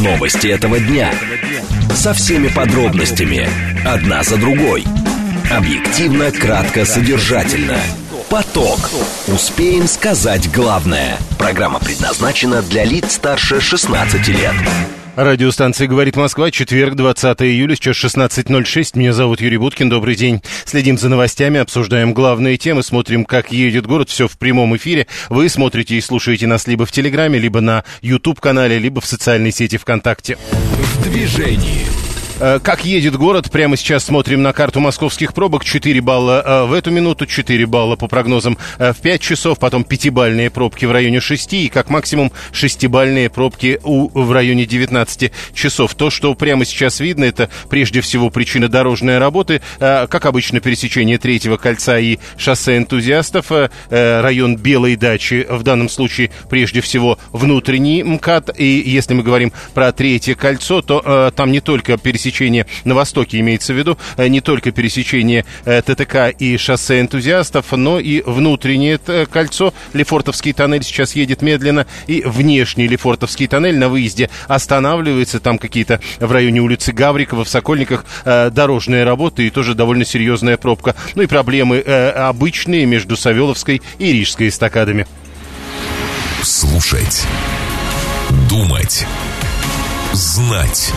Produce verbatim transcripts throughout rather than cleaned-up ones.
Новости этого дня. Со всеми подробностями. Одна за другой. Объективно, кратко, содержательно. Поток. Успеем сказать главное. Программа предназначена для лиц старше шестнадцати лет. Радиостанция «Говорит Москва», четверг, двадцатое июля, сейчас шестнадцать ноль шесть. Меня зовут Юрий Буткин, добрый день. Следим за новостями, обсуждаем главные темы, смотрим, как едет город, все в прямом эфире. Вы смотрите и слушаете нас либо в Телеграме, либо на YouTube-канале, либо в социальной сети ВКонтакте. В движении. Как едет город, прямо сейчас смотрим на карту московских пробок. четыре балла в эту минуту, четыре балла по прогнозам в пять часов, потом пятибалльные пробки в районе шести и как максимум шестибалльные пробки у, в районе девятнадцати часов. То, что прямо сейчас видно, это прежде всего причина дорожной работы. Как обычно, пересечение Третьего кольца и шоссе Энтузиастов, район Белой дачи, в данном случае прежде всего внутренний МКАД. И если мы говорим про Третье кольцо, то там не только пересечение Пересечение на востоке имеется в виду, не только пересечение ТТК и шоссе Энтузиастов, но и внутреннее кольцо. Лефортовский тоннель сейчас едет медленно, и внешний Лефортовский тоннель на выезде останавливается. Там какие-то в районе улицы Гаврикова, в Сокольниках дорожные работы и тоже довольно серьезная пробка. Ну и проблемы обычные между Савеловской и Рижской эстакадами. Слушать, думать, знать.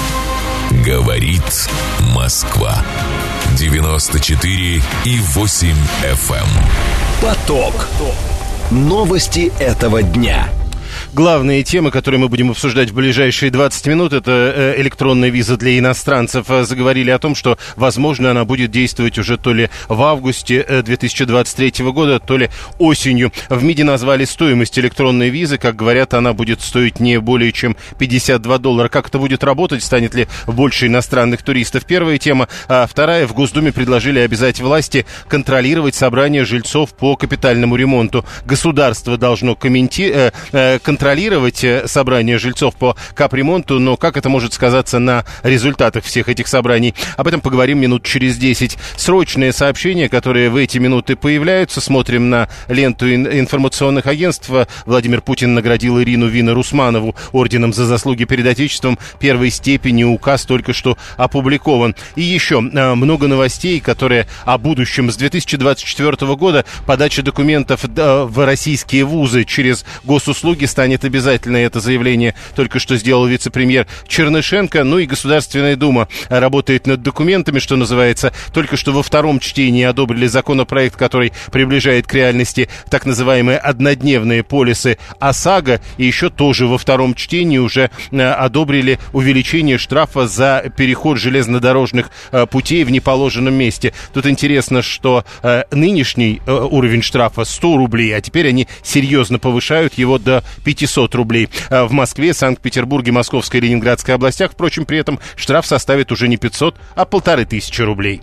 Говорит Москва. девяносто четыре и восемь эф эм. Поток. Новости этого дня. Главные темы, которые мы будем обсуждать в ближайшие двадцать минут, это электронная виза для иностранцев. Заговорили о том, что, возможно, она будет действовать уже то ли в августе две тысячи двадцать третьего года, то ли осенью. В МИДе назвали стоимость электронной визы. Как говорят, она будет стоить не более чем пятьдесят два доллара. Как это будет работать? Станет ли больше иностранных туристов? Первая тема. А вторая. В Госдуме предложили обязать власти контролировать собрание жильцов по капитальному ремонту. Государство должно комменти... э, контролировать собрание жильцов по капремонту, но как это может сказаться на результатах всех этих собраний? Об этом поговорим минут через десять. Срочные сообщения, которые в эти минуты появляются. Смотрим на ленту информационных агентств. Владимир Путин наградил Ирину Винер-Усманову орденом за заслуги перед Отечеством первой степени. Указ только что опубликован. И еще много новостей, которые о будущем. С две тысячи двадцать четвёртого года подача документов в российские вузы через госуслуги станет обязательно. Это заявление только что сделал вице-премьер Чернышенко. Ну и Государственная Дума работает над документами, что называется. Только что во втором чтении одобрили законопроект, который приближает к реальности так называемые однодневные полисы ОСАГО. И еще тоже во втором чтении уже одобрили увеличение штрафа за переход железнодорожных путей в неположенном месте. Тут интересно, что нынешний уровень штрафа сто рублей, а теперь они серьезно повышают его до пятьсот рублей. В Москве, Санкт-Петербурге, Московской и Ленинградской областях, впрочем, при этом штраф составит уже не пятьсот, а полторы тысячи рублей.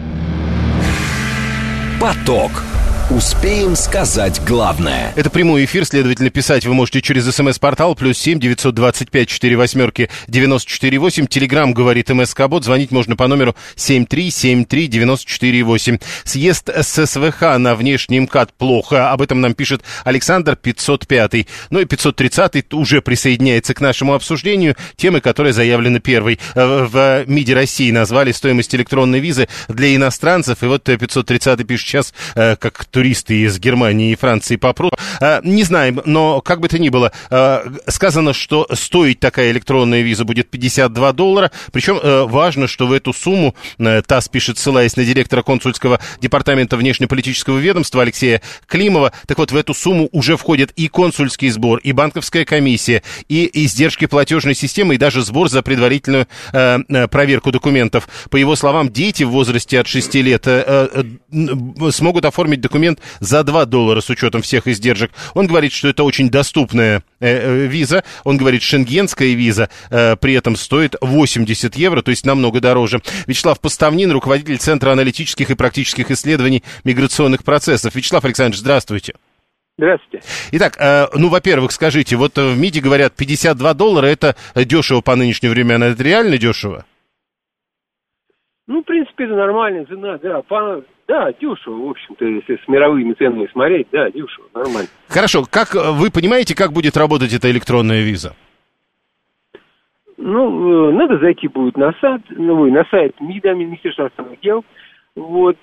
Поток. Успеем сказать главное. Это прямой эфир, следовательно, писать вы можете через смс-портал плюс семь девятьсот двадцать пять четыре восьмерки девяносто четыре восемь. Телеграм говорит МСК-бот. Звонить можно по номеру семь три семь три девяносто четыре восемь. Съезд ССВХ на внешний МКАД плохо. Об этом нам пишет Александр пятьсот пятый. Ну и пятьсот тридцатый уже присоединяется к нашему обсуждению. Темы, которые заявлены первой. В МИДе России назвали стоимость электронной визы для иностранцев. И вот пятьсот тридцатый пишет сейчас, как туристы из Германии и Франции попрут. А, не знаем, но как бы то ни было, а, сказано, что стоить такая электронная виза будет пятьдесят два доллара. Причем а, важно, что в эту сумму, а, ТАСС пишет, ссылаясь на директора консульского департамента внешнеполитического ведомства Алексея Климова, так вот, в эту сумму уже входит и консульский сбор, и банковская комиссия, и издержки платежной системы, и даже сбор за предварительную а, проверку документов. По его словам, дети в возрасте от шести лет а, а, смогут оформить документ за два доллара с учетом всех издержек. Он говорит, что это очень доступная э, виза. Он говорит, шенгенская виза э, при этом стоит восемьдесят евро, то есть намного дороже. Вячеслав Поставнин, руководитель Центра аналитических и практических исследований миграционных процессов. Вячеслав Александрович, здравствуйте. Здравствуйте. Итак, э, ну, во-первых, скажите, вот в МИДе говорят, пятьдесят два доллара, это дешево по нынешним временам, это реально дешево? Ну, в принципе, это нормальная цена, да, по... да, дешево, в общем-то, если с мировыми ценами смотреть, да, дешево, нормально. Хорошо, как вы понимаете, как будет работать эта электронная виза? Ну, надо зайти будет на сайт, ну, на сайт МИДа, Министерства иностранных дел, вот,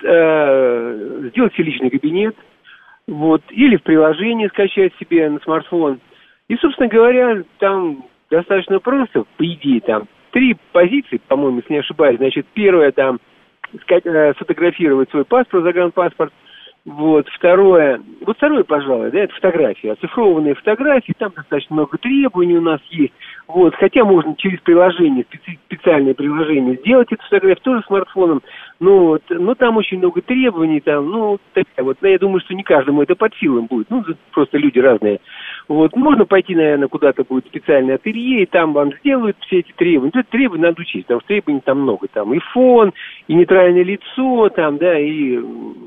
э, сделать себе личный кабинет, вот, или в приложении скачать себе на смартфон. И, собственно говоря, там достаточно просто, по идее, там три позиции, по-моему, если не ошибаюсь. Значит, первое, там, сфотографировать свой паспорт, загранпаспорт. Вот, второе, вот второе, пожалуй, да, это фотографии, оцифрованные фотографии, там достаточно много требований у нас есть, вот, хотя можно через приложение, специ- специальное приложение сделать эту фотографию тоже смартфоном, но, вот, но там очень много требований, там, ну, такая вот, я думаю, что не каждому это под силам будет, ну, просто люди разные, вот, можно пойти, наверное, куда-то будет специальное ателье, и там вам сделают все эти требования, это требования надо учить, потому что требований там много, там, и фон, и нейтральное лицо, там, да, и...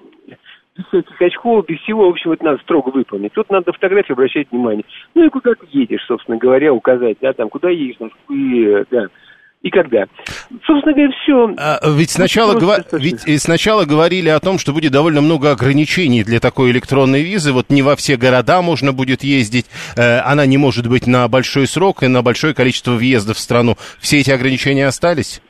без всяких очков, без всего, в общем, это надо строго выполнить. Тут надо на фотографии обращать внимание. Ну и куда ты едешь, собственно говоря, указать, да, там, куда едешь, и, да, и когда. Собственно говоря, все. А, ведь, сначала гва- ведь сначала говорили о том, что будет довольно много ограничений для такой электронной визы. Вот не во все города можно будет ездить, э, она не может быть на большой срок и на большое количество въездов в страну. Все эти ограничения остались?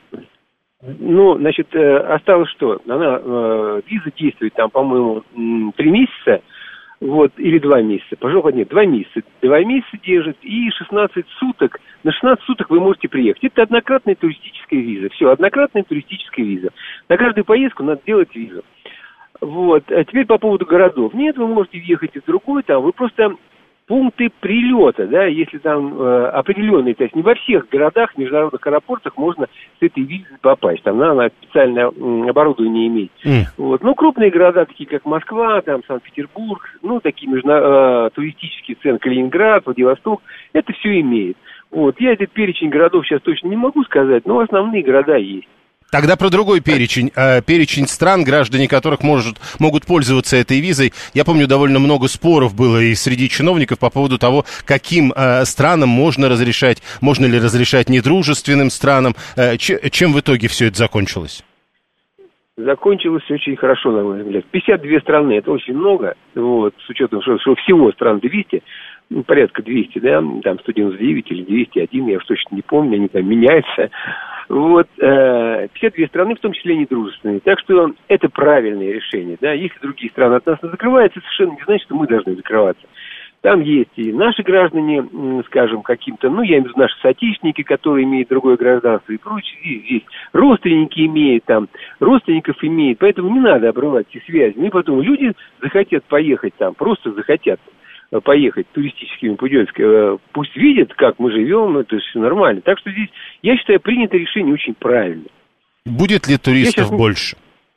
Ну, значит, э, осталось что? Она, э, виза действует там, по-моему, три месяца, вот, или два месяца. Пожалуй, нет, два месяца. Два месяца держит, и шестнадцать суток. На шестнадцать суток вы можете приехать. Это однократная туристическая виза. Все, однократная туристическая виза. На каждую поездку надо делать визу. Вот. А теперь по поводу городов. Нет, вы можете въехать в другой, там, вы просто... Пункты прилета, да, если там э, определенные, то есть не во всех городах, международных аэропортах можно с этой визой попасть. Там надо специальное м, оборудование иметь. Mm. Вот. Ну, крупные города, такие как Москва, там Санкт-Петербург, ну, такие междуна... э, туристические центры, Калининград, Владивосток, это все имеет. Вот. Я этот перечень городов сейчас точно не могу сказать, но основные города есть. Тогда про другой перечень. Э, перечень стран, граждане которых может, могут пользоваться этой визой. Я помню, довольно много споров было и среди чиновников по поводу того, каким э, странам можно разрешать, можно ли разрешать недружественным странам. Э, ч- чем в итоге все это закончилось? Закончилось очень хорошо, на мой взгляд. пятьдесят две страны, это очень много, вот, с учетом, что, что всего стран двести, ну, порядка двести, да, там сто девяносто девять или двести один, я уж точно не помню, они там меняются. Вот, э, пятьдесят две страны, в том числе недружественные. Так что это правильное решение, да. Если другие страны от нас закрываются, совершенно не значит, что мы должны закрываться. Там есть и наши граждане, скажем, каким-то, ну, я имею в виду наши соотечественники, которые имеют другое гражданство и прочее. Здесь, здесь родственники имеют, там, родственников имеют, поэтому не надо обрывать эти связи. Ну, и потом люди захотят поехать там, просто захотят поехать туристическими путями, пусть видят, как мы живем, это все нормально. Так что здесь, я считаю, принято решение очень правильно. Будет ли туристов сейчас... больше?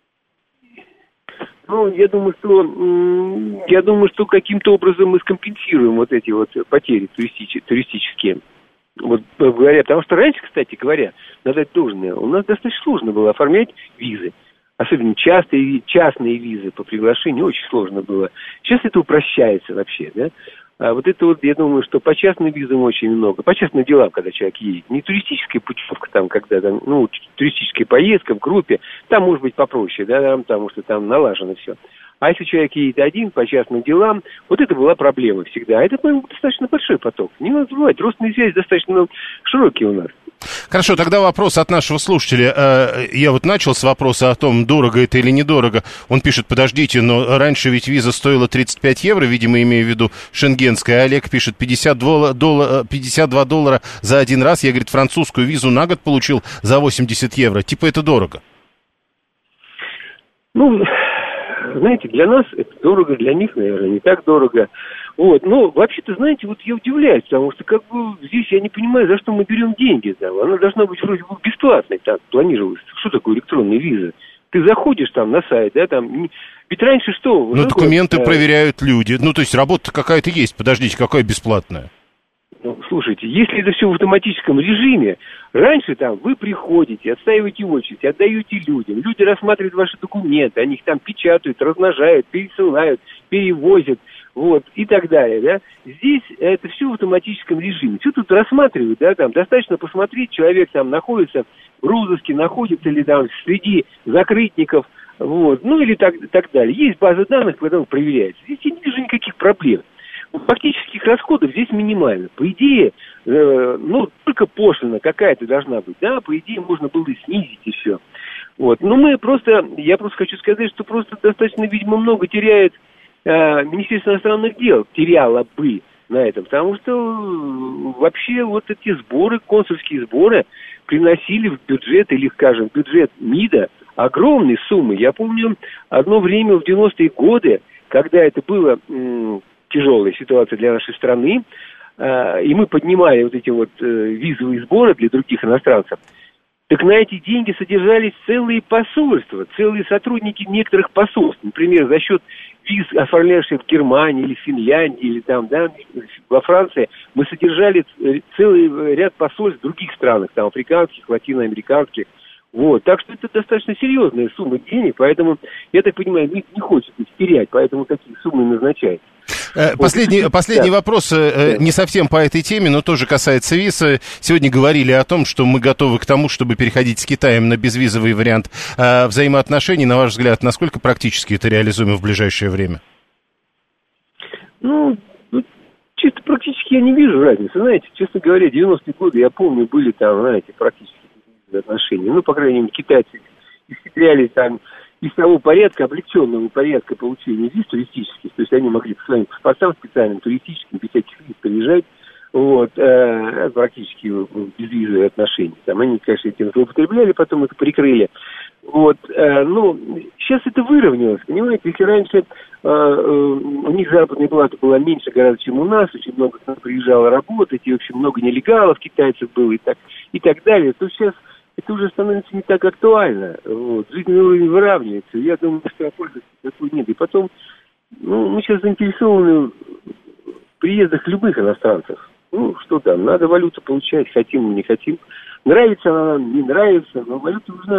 Ну, я думаю, что я думаю, что каким-то образом мы скомпенсируем вот эти вот потери туристические, туристические. Вот говоря, потому что раньше, кстати говоря, надо дать должное, у нас достаточно сложно было оформлять визы. Особенно частые, частные визы по приглашению очень сложно было. Сейчас это упрощается вообще, да. А вот это вот, я думаю, что по частным визам очень много. По частным делам, когда человек едет. Не туристическая путевка, там, когда там, ну, туристическая поездка в группе, там может быть попроще, да, потому что там налажено все. А если человек едет один по частным делам, вот это была проблема всегда. А это, по-моему, достаточно большой поток. Не надо забывать, родственные связи достаточно широкие у нас. Хорошо, тогда вопрос от нашего слушателя. Я вот начал с вопроса о том, дорого это или недорого. Он пишет, подождите, но раньше ведь виза стоила тридцать пять евро, видимо, имея в виду шенгенская. Олег пишет, пятьдесят два доллара за один раз. Я, говорит, французскую визу на год получил за восемьдесят евро. Типа это дорого. Ну, знаете, для нас это дорого, для них, наверное, не так дорого. Вот, но вообще-то, знаете, вот я удивляюсь, потому что как бы здесь я не понимаю, за что мы берем деньги. Там. Она должна быть вроде бы бесплатной, так планировалось. Что такое электронная виза? Ты заходишь там на сайт, да, там, ведь раньше что? Ну, документы такое, проверяют люди, ну, то есть работа какая-то есть, подождите, какая бесплатная? Ну, слушайте, если это все в автоматическом режиме, раньше там вы приходите, отстаиваете очередь, отдаете людям, люди рассматривают ваши документы, они их там печатают, размножают, пересылают, перевозят, вот, и так далее, да. Здесь это все в автоматическом режиме. Все тут рассматривают, да, там, достаточно посмотреть, человек там находится в розыске, находится ли там среди закрытников, вот, ну, или так, так далее. Есть база данных, потом проверяется. Здесь я не вижу никаких проблем. Фактических расходов здесь минимально. По идее, э, ну, только пошлина какая-то должна быть, да, по идее можно было и снизить и все. Вот, но мы просто, я просто хочу сказать, что просто достаточно, видимо, много теряет э, Министерство иностранных дел, теряло бы на этом, потому что вообще вот эти сборы, консульские сборы приносили в бюджет, или, скажем, бюджет МИДа огромные суммы. Я помню одно время в девяностые годы, когда это была м, тяжелая ситуация для нашей страны, э, и мы поднимали вот эти вот э, визовые сборы для других иностранцев, так на эти деньги содержались целые посольства, целые сотрудники некоторых посольств. Например, за счет виз, оформлявших в Германии или Финляндии, или там, да, во Франции, мы содержали целый ряд посольств в других странах, там, африканских, латиноамериканских. Вот. Так что это достаточно серьезная сумма денег, поэтому, я так понимаю, МИД не хочет их терять, поэтому такие суммы назначает. Последний, вот. последний да. вопрос, да. не совсем по этой теме, но тоже касается виз. Сегодня говорили о том, что мы готовы к тому, чтобы переходить с Китаем на безвизовый вариант взаимоотношений. На ваш взгляд, насколько практически это реализуемо в ближайшее время? Ну, чисто практически я не вижу разницы. Знаете, честно говоря, девяностые годы, я помню, были там, знаете, практически безвизовые отношения. Ну, по крайней мере, китайцы исхитрялись там из того порядка, облегченного порядка получения виз туристических, то есть они могли по своим паспортам специальным туристическим, без всяких виз приезжать, вот, э, практически безвизовые отношения. Там они, конечно, этим злоупотребляли, потом это прикрыли. Вот, э, ну, сейчас это выровнялось, понимаете, если раньше э, э, у них заработная плата была меньше гораздо, чем у нас, очень много к нам приезжало работать, и очень много нелегалов китайцев было и так, и так далее, то сейчас это уже становится не так актуально. Вот. Жизненный уровень выравнивается. Я думаю, что пользы такой нет. И потом, ну, мы сейчас заинтересованы в приездах любых иностранцев. Ну, что там, надо валюту получать, хотим мы, не хотим. Нравится она нам, не нравится, но валюта нужна.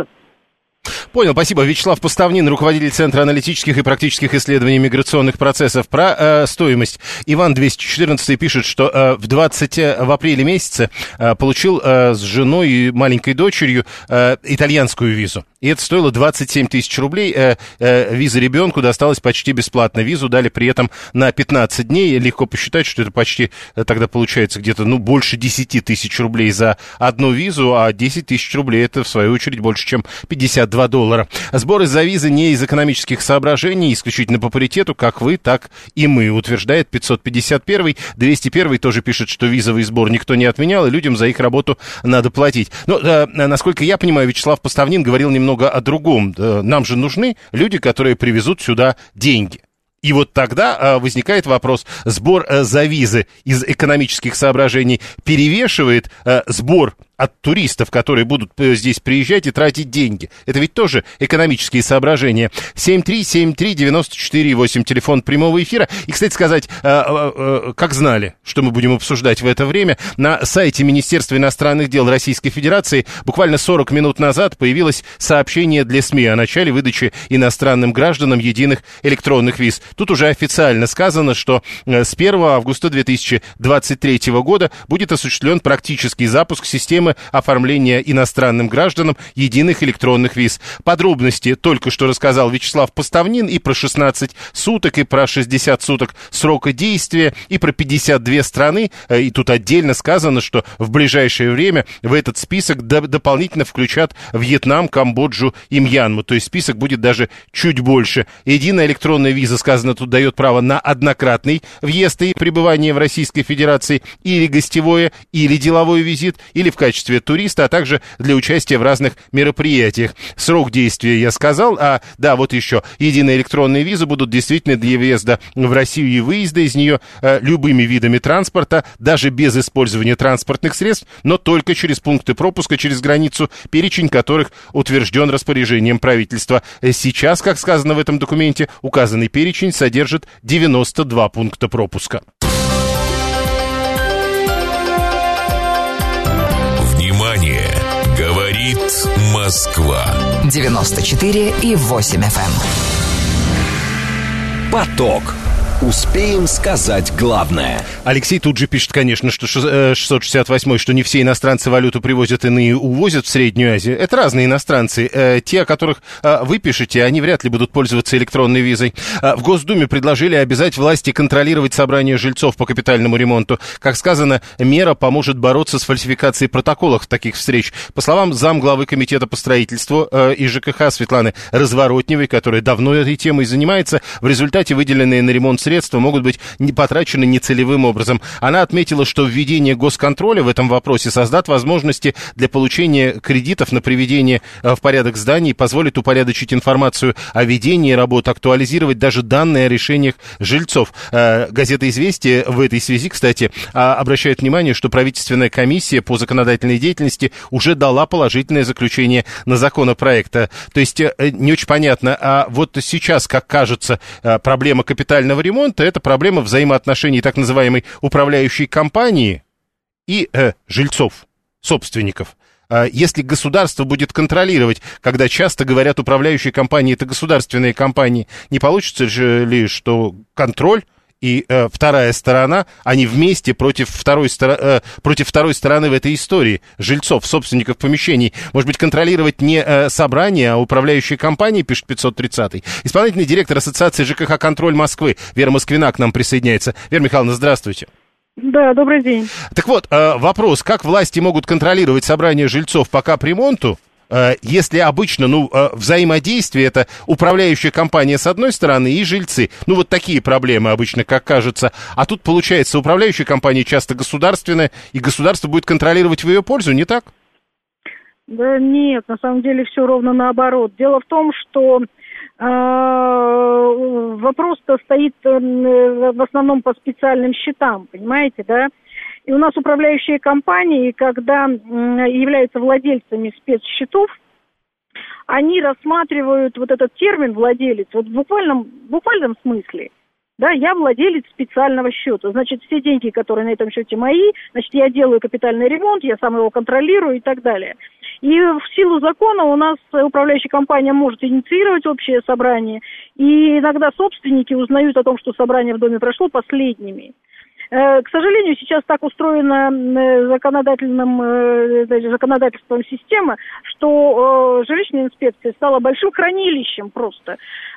Понял, спасибо. Вячеслав Поставнин, руководитель Центра аналитических и практических исследований миграционных процессов. Про э, стоимость. Иван двести четырнадцать пишет, что э, в, двадцатом, в апреле месяце э, получил э, с женой и маленькой дочерью э, итальянскую визу. И это стоило двадцать семь тысяч рублей. Э, э, виза ребенку досталась почти бесплатно. Визу дали при этом на пятнадцать дней. Легко посчитать, что это почти э, тогда получается где-то ну, больше десять тысяч рублей за одну визу, а десять тысяч рублей это в свою очередь больше, чем пятьдесят два доллара. Сбор из-за визы не из экономических соображений, исключительно по паритету, как вы, так и мы, утверждает пятьсот пятьдесят один. двести один тоже пишет, что визовый сбор никто не отменял, и людям за их работу надо платить. Но, э, насколько я понимаю, Вячеслав Поставнин говорил немного о другом. Э, нам же нужны люди, которые привезут сюда деньги. И вот тогда э, возникает вопрос, сбор э, за визы из экономических соображений перевешивает э, сбор от туристов, которые будут здесь приезжать и тратить деньги. Это ведь тоже экономические соображения. семь три семь три девять четыре восемь, телефон прямого эфира. И, кстати сказать, как знали, что мы будем обсуждать в это время, на сайте Министерства иностранных дел Российской Федерации буквально сорок минут назад появилось сообщение для СМИ о начале выдачи иностранным гражданам единых электронных виз. Тут уже официально сказано, что с первого августа две тысячи двадцать третьего года будет осуществлен практический запуск системы оформления иностранным гражданам единых электронных виз. Подробности только что рассказал Вячеслав Поставнин и про шестнадцать суток, и про шестьдесят суток срока действия, и про пятьдесят две страны. И тут отдельно сказано, что в ближайшее время в этот список д- дополнительно включат Вьетнам, Камбоджу и Мьянму. То есть список будет даже чуть больше. Единая электронная виза, сказано, тут дает право на однократный въезд и пребывание в Российской Федерации, или гостевое, или деловой визит, или в качестве туриста, а также для участия в разных мероприятиях. Срок действия я сказал, а да, вот еще, единые электронные визы будут действительно для въезда в Россию и выезда из нее э, любыми видами транспорта, даже без использования транспортных средств, но только через пункты пропуска через границу, перечень которых утвержден распоряжением правительства. Сейчас, как сказано в этом документе, указанный перечень содержит девяносто два пункта пропуска. Говорит Москва. девяносто четыре и восемь эф эм. Поток. Успеем сказать главное. Алексей тут же пишет, конечно, что шестьсот шестьдесят восьмой, что не все иностранцы валюту привозят, иные увозят в Среднюю Азию. Это разные иностранцы. Э, те, о которых э, вы пишете, они вряд ли будут пользоваться электронной визой. Э, в Госдуме предложили обязать власти контролировать собрание жильцов по капитальному ремонту. Как сказано, мера поможет бороться с фальсификацией протоколов таких встреч. По словам замглавы комитета по строительству э, и ЖКХ Светланы Разворотневой, которая давно этой темой занимается, в результате выделенные на ремонт средства могут быть не потрачены нецелевым образом. Она отметила, что введение госконтроля в этом вопросе создаст возможности для получения кредитов на приведение в порядок зданий, позволит упорядочить информацию о ведении работ, актуализировать даже данные о решениях жильцов. Газета «Известия» в этой связи, кстати, обращает внимание, что правительственная комиссия по законодательной деятельности уже дала положительное заключение на законопроект. То есть не очень понятно, а вот сейчас, как кажется, проблема капитального ремонта — это проблема взаимоотношений так называемой управляющей компании и э, жильцов, собственников. А если государство будет контролировать, когда часто говорят, управляющие компании — это государственные компании, не получится же ли, что контроль и э, вторая сторона, они вместе против второй, стор- э, против второй стороны в этой истории, жильцов, собственников помещений? Может быть, контролировать не э, собрание, а управляющие компании, пишет пятьсот тридцатый. Исполнительный директор Ассоциации ЖКХ «Контроль Москвы» Вера Москвина к нам присоединяется. Вера Михайловна, здравствуйте. Да, добрый день. Так вот, э, вопрос, как власти могут контролировать собрание жильцов по капремонту, если обычно, ну, взаимодействие — это управляющая компания с одной стороны и жильцы. Ну, вот такие проблемы обычно, как кажется. А тут, получается, управляющая компания часто государственная, и государство будет контролировать в ее пользу, не так? Да нет, на самом деле все ровно наоборот. Дело в том, что э, вопрос-то стоит э, в основном по специальным счетам, понимаете, да? И у нас управляющие компании, когда являются владельцами спецсчетов, они рассматривают вот этот термин «владелец» вот в буквальном, в буквальном смысле. Да, я владелец специального счета. Значит, все деньги, которые на этом счете мои, значит, я делаю капитальный ремонт, я сам его контролирую и так далее. И в силу закона у нас управляющая компания может инициировать общее собрание, и иногда собственники узнают о том, что собрание в доме прошло, последними. К сожалению, сейчас так устроена законодательным, законодательством система, что жилищная инспекция стала большим хранилищем просто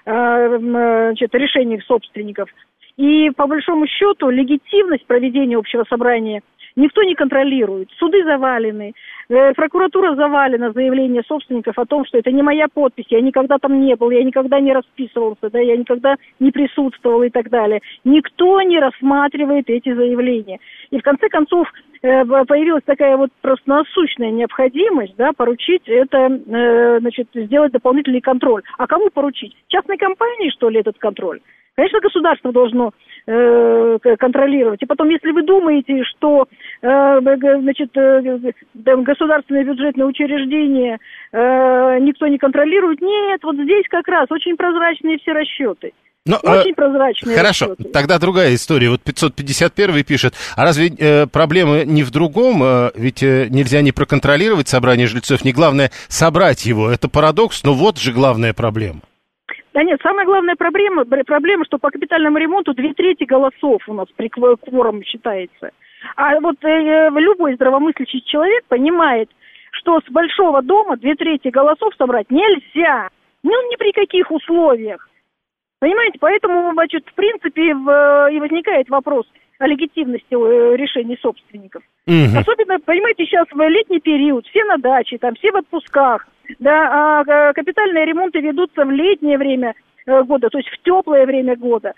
значит, решений собственников. И по большому счету легитимность проведения общего собрания никто не контролирует. Суды завалены, прокуратура завалена заявление собственников о том, что это не моя подпись, я никогда там не был, я никогда не расписывался, да, я никогда не присутствовал и так далее. Никто не рассматривает эти заявления. И в конце концов появилась такая вот просто насущная необходимость, да, поручить это, значит, сделать дополнительный контроль. А кому поручить? Частной компании, что ли, этот контроль? Конечно, государство должно э, контролировать. И потом, если вы думаете, что э, значит, э, государственные бюджетные учреждения э, никто не контролирует, нет, вот здесь как раз очень прозрачные все расчеты. Но, очень э, прозрачные хорошо, расчеты. Тогда другая история. Вот пятьсот пятьдесят первый пишет, а разве э, проблема не в другом? Э, ведь э, нельзя не проконтролировать собрание жильцов, не главное собрать его. Это парадокс, но вот же главная проблема. Да нет, самая главная проблема, проблема, что по капитальному ремонту две трети голосов у нас при кворуме считается. А вот э, любой здравомыслящий человек понимает, что с большого дома две трети голосов собрать нельзя. Ну, ни при каких условиях. Понимаете, поэтому, значит, в принципе, в, и возникает вопрос о легитимности решений собственников. Угу. Особенно, понимаете, сейчас в летний период, все на даче, там, все в отпусках. Да, а капитальные ремонты ведутся в летнее время года, то есть в теплое время года.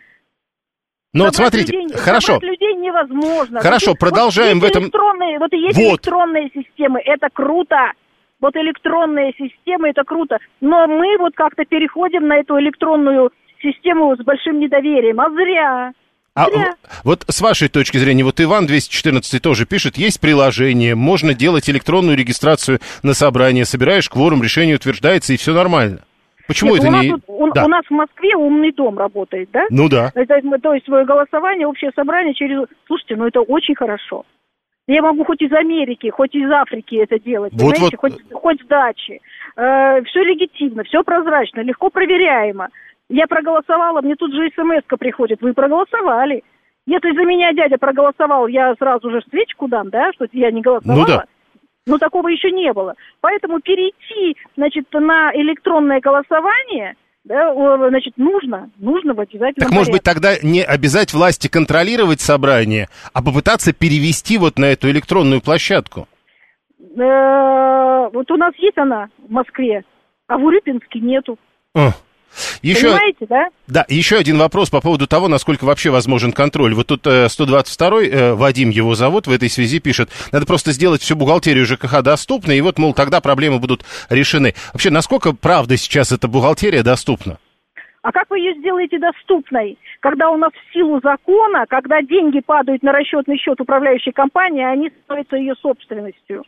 Ну вот смотрите, людей, хорошо. людей невозможно. Хорошо, вот, продолжаем вот в этом. Электронные, вот и есть вот. электронные системы, это круто. Вот электронные системы, это круто. Но мы вот как-то переходим на эту электронную систему с большим недоверием. А зря. А вот с вашей точки зрения, вот Иван двести четырнадцатый тоже пишет, есть приложение, можно делать электронную регистрацию на собрание, собираешь кворум, решение утверждается, и все нормально. Почему Нет, это у не... Нас тут, у, да. у нас в Москве умный дом работает, да? Ну да. Это, то есть голосование, общее собрание через... Слушайте, ну это очень хорошо. Я могу хоть из Америки, хоть из Африки это делать, вот, понимаете, вот. Хоть, хоть с дачи. Э, все легитимно, все прозрачно, легко проверяемо. Я проголосовала, мне тут же смс-ка приходит, вы проголосовали. Если за меня дядя проголосовал, я сразу же свечку дам, да, что я не голосовала. Ну да. Но такого еще не было. Поэтому перейти, значит, на электронное голосование, да, значит, нужно, нужно в обязательном Так, порядке. может быть, тогда не обязать власти контролировать собрание, а попытаться перевести вот на эту электронную площадку? Вот у нас есть она в Москве, а в Урюпинске нету. Еще, Понимаете, да? Да, еще один вопрос по поводу того, насколько вообще возможен контроль. Вот тут э, сто двадцать второй, э, Вадим его зовут, в этой связи пишет, надо просто сделать всю бухгалтерию ЖКХ доступной, и вот, мол, тогда проблемы будут решены. Вообще, насколько правда сейчас эта бухгалтерия доступна? А как вы ее сделаете доступной, когда у нас в силу закона, когда деньги падают на расчетный счет управляющей компании, а они становятся ее собственностью?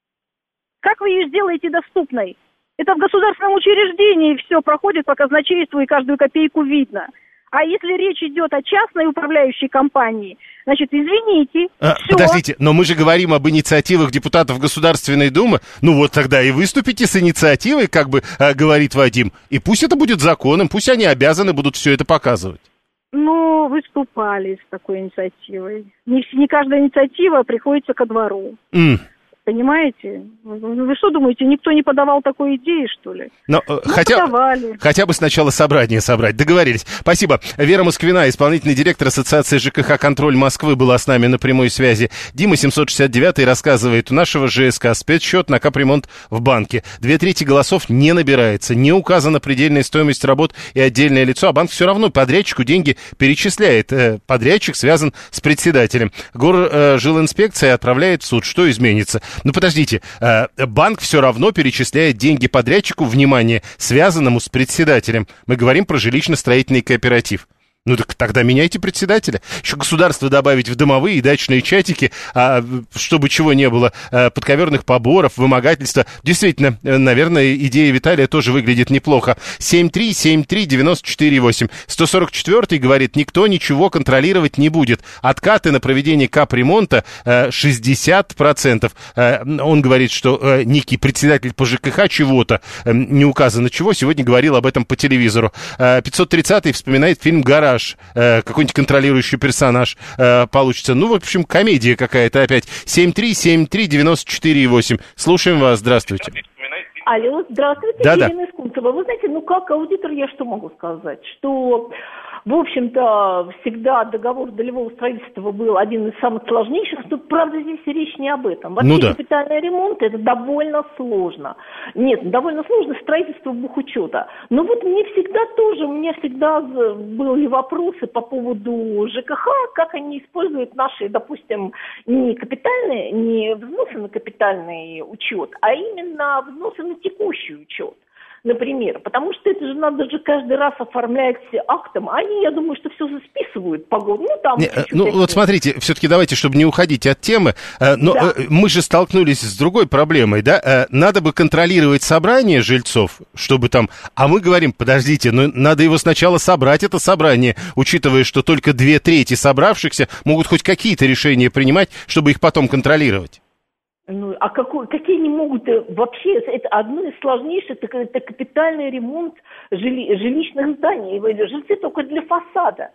Как вы ее сделаете доступной? Это в государственном учреждении все проходит по казначейству и каждую копейку видно. А если речь идет о частной управляющей компании, значит, извините, а, все. Подождите, но мы же говорим об инициативах депутатов Государственной Думы. Ну вот тогда и выступите с инициативой, как бы э, говорит Вадим. И пусть это будет законом, пусть они обязаны будут все это показывать. Ну, выступали с такой инициативой. Не, не каждая инициатива приходится ко двору. Mm. Понимаете? Вы что думаете, никто не подавал такой идеи, что ли? Но, ну, хотя, подавали. Хотя бы сначала собрание собрать. Договорились. Спасибо. Вера Москвина, исполнительный директор Ассоциации ЖКХ «Контроль Москвы», была с нами на прямой связи. Дима семьсот шестьдесят девять рассказывает, у нашего ЖСК спецсчет на капремонт в банке. Две трети голосов не набирается, не указана предельная стоимость работ и отдельное лицо, а банк все равно подрядчику деньги перечисляет. Подрядчик связан с председателем. Горжилинспекция отправляет в суд. Что изменится? Ну, подождите, банк все равно перечисляет деньги подрядчику, внимание, связанному с председателем. Мы говорим про жилищно-строительный кооператив. Ну так тогда меняйте председателя. Еще государство добавить в домовые и дачные чатики, а, чтобы чего не было, а, подковерных поборов, вымогательства. Действительно, наверное, идея Виталия тоже выглядит неплохо. семь три семь три девять четыре восемь. сто сорок четвёртый говорит, никто ничего контролировать не будет. Откаты на проведение капремонта а, шестьдесят процентов. А, он говорит, что а, некий председатель по ЖКХ чего-то, а, не указано чего, сегодня говорил об этом по телевизору. А, пятьсот тридцатый вспоминает фильм «Гараж». Какой-нибудь контролирующий персонаж э, получится. Ну, в общем, комедия какая-то опять. семь три семь три девять четыре восемь. Слушаем вас. Здравствуйте. Алло, здравствуйте, да, Ирина из Кунцево. Вы знаете, ну как аудитор я что могу сказать? Что, в общем-то, всегда договор долевого строительства был один из самых сложнейших, но, правда, здесь речь не об этом. Вообще, ну, да. Капитальный ремонт – это довольно сложно. Нет, довольно сложно строительство бухучета. Но вот мне всегда тоже, у меня всегда были вопросы по поводу ЖКХ, как они используют наши, допустим, не капитальные, не взносы на капитальный учет, а именно взносы на текущий учет. Например, потому что это же надо же каждый раз оформлять актом. Они, я думаю, что все списывают по году. Ну, там не, ну вот смотрите, все-таки давайте, чтобы не уходить от темы, но да. мы же столкнулись с другой проблемой, да? Надо бы контролировать собрание жильцов, чтобы там... А мы говорим, подождите, ну надо его сначала собрать, это собрание, учитывая, что только две трети собравшихся могут хоть какие-то решения принимать, чтобы их потом контролировать. Ну, а какой, какие они могут вообще, это одно из сложнейших, это, это капитальный ремонт жили, жилищных зданий, жильцы только для фасада.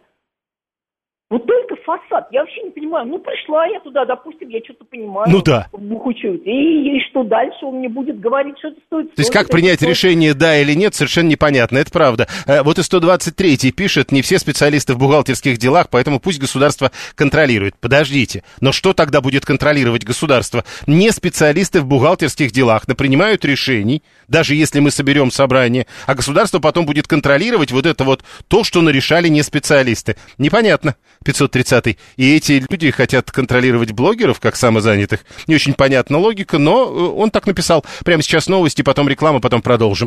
Вот только фасад. Я вообще не понимаю. Ну, пришла я туда, допустим, я что-то понимаю. Ну да. В бухучете. И, и что дальше? Он мне будет говорить, что это стоит. То есть как принять стоит. решение, да или нет, совершенно непонятно. Это правда. Вот и сто двадцать третий пишет, не все специалисты в бухгалтерских делах, поэтому пусть государство контролирует. Подождите. Но что тогда будет контролировать государство? Не специалисты в бухгалтерских делах напринимают решений, даже если мы соберем собрание, а государство потом будет контролировать вот это вот то, что нарешали не специалисты. Непонятно. пятьсот тридцатый. И эти люди хотят контролировать блогеров, как самозанятых. Не очень понятна логика, но он так написал. Прямо сейчас новости, потом реклама, потом продолжим.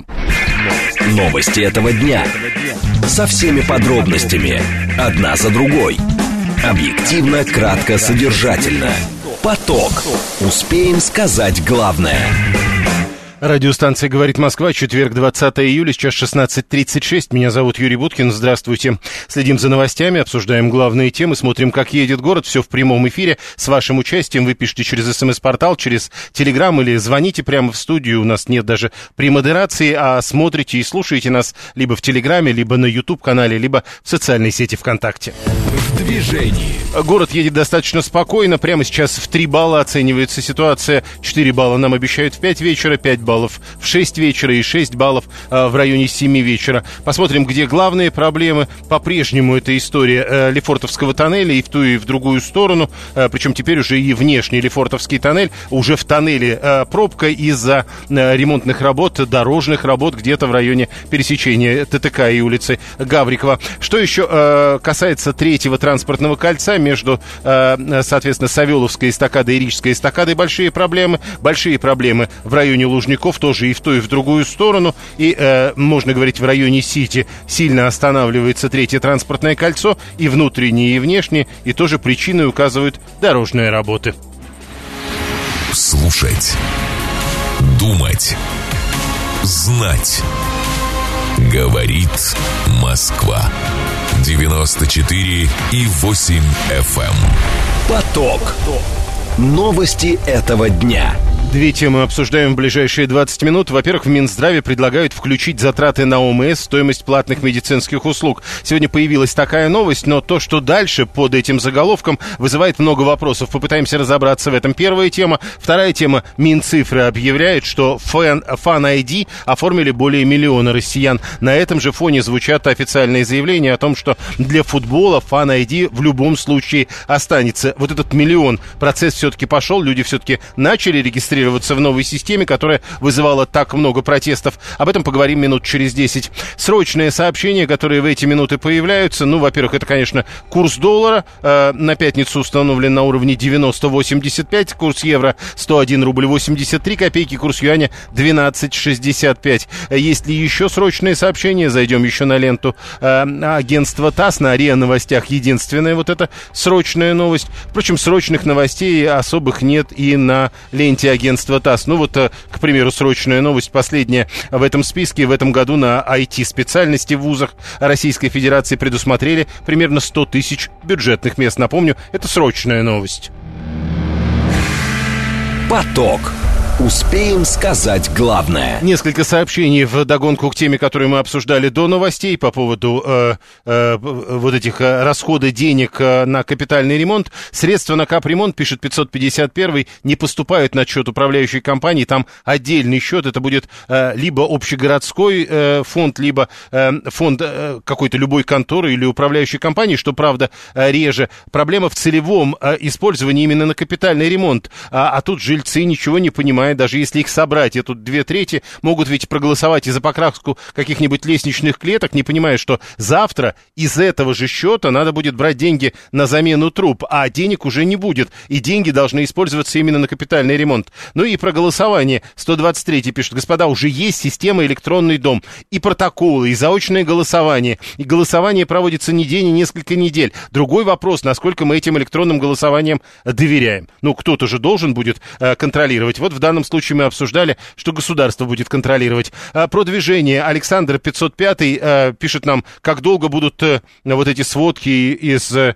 Новости этого дня. Со всеми подробностями. Одна за другой. Объективно, кратко, содержательно. Поток. Успеем сказать главное. Радиостанция «Говорит Москва», четверг, двадцатое июля, сейчас шестнадцать тридцать шесть. Меня зовут Юрий Буткин, здравствуйте. Следим за новостями, обсуждаем главные темы, смотрим, как едет город. Все в прямом эфире. С вашим участием вы пишите через СМС-портал, через Телеграм или звоните прямо в студию. У нас нет даже премодерации, а смотрите и слушаете нас либо в Телеграме, либо на YouTube-канале, либо в социальной сети ВКонтакте. В движении. Город едет достаточно спокойно. Прямо сейчас в три балла оценивается ситуация. четыре балла нам обещают в пять вечера, пять баллов в шесть вечера и шесть баллов а, в районе семи вечера. Посмотрим, где главные проблемы. По-прежнему это история а, Лефортовского тоннеля и в ту, и в другую сторону. А, причем теперь уже и внешний Лефортовский тоннель. Уже в тоннеле а, пробка из-за а, ремонтных работ, дорожных работ где-то в районе пересечения ТТК и улицы Гаврикова. Что еще а, касается третьего транспортного кольца между, а, соответственно, Савеловской эстакадой и Рижской эстакадой, большие проблемы. Большие проблемы в районе Лужников, тоже и в ту, и в другую сторону. И, э, можно говорить, в районе Сити сильно останавливается третье транспортное кольцо, и внутренние, и внешние, и тоже причиной указывают дорожные работы. Слушать, думать, знать. Говорит Москва. девяносто четыре и восемь эф эм. Поток. Новости этого дня. Две темы обсуждаем в ближайшие двадцать минут. Во-первых, в Минздраве предлагают включить затраты на ОМС в стоимость платных медицинских услуг. Сегодня появилась такая новость, но то, что дальше под этим заголовком, вызывает много вопросов. Попытаемся разобраться в этом. Первая тема. Вторая тема. Минцифры объявляет, что Фан ай ди оформили более миллиона россиян. На этом же фоне звучат официальные заявления о том, что для футбола Фан ай ди в любом случае останется. Вот этот миллион. Процесс все-таки пошел, люди все-таки начали регистрироваться в новой системе, которая вызывала так много протестов. Об этом поговорим минут через десять. Срочные сообщения, которые в эти минуты появляются. Ну, во-первых, это, конечно, курс доллара. Э, на пятницу установлен на уровне девяносто восемьдесят пять. Курс евро сто один рубль восемьдесят три копейки. Курс юаня двенадцать шестьдесят пять. Есть ли еще срочные сообщения? Зайдем еще на ленту э, агентства ТАСС. На РИА Новостях единственная вот эта срочная новость. Впрочем, срочных новостей особых нет и на ленте агентства ТАСС. Ну вот, к примеру, срочная новость, последняя в этом списке. В этом году на ай ти-специальности в вузах Российской Федерации предусмотрели примерно сто тысяч бюджетных мест. Напомню, это срочная новость. Поток. Успеем сказать главное. Несколько сообщений в догонку к теме, которую мы обсуждали до новостей по поводу э, э, вот этих э, расхода денег э, на капитальный ремонт. Средства на капремонт, пишет пятьсот пятьдесят один, не поступают на счет управляющей компании. Там отдельный счет. Это будет э, либо общегородской э, фонд, либо э, фонд э, какой-то любой конторы или управляющей компании, что, правда, э, реже. Проблема в целевом э, использовании именно на капитальный ремонт. А, а тут жильцы ничего не понимают. Даже если их собрать, и тут две трети могут ведь проголосовать и за покраску каких-нибудь лестничных клеток, не понимая, что завтра из этого же счета надо будет брать деньги на замену труб, а денег уже не будет, и деньги должны использоваться именно на капитальный ремонт. Ну и проголосование. сто двадцать три пишет: господа, уже есть система «Электронный дом», и протоколы, и заочное голосование, и голосование проводится не день, и несколько недель. Другой вопрос, насколько мы этим электронным голосованием доверяем. Ну, кто-то же должен будет э, контролировать. Вот в данном В данном случае мы обсуждали, что государство будет контролировать. А, про движение. Александр пятьсот пять а, пишет нам, как долго будут а, вот эти сводки из... А,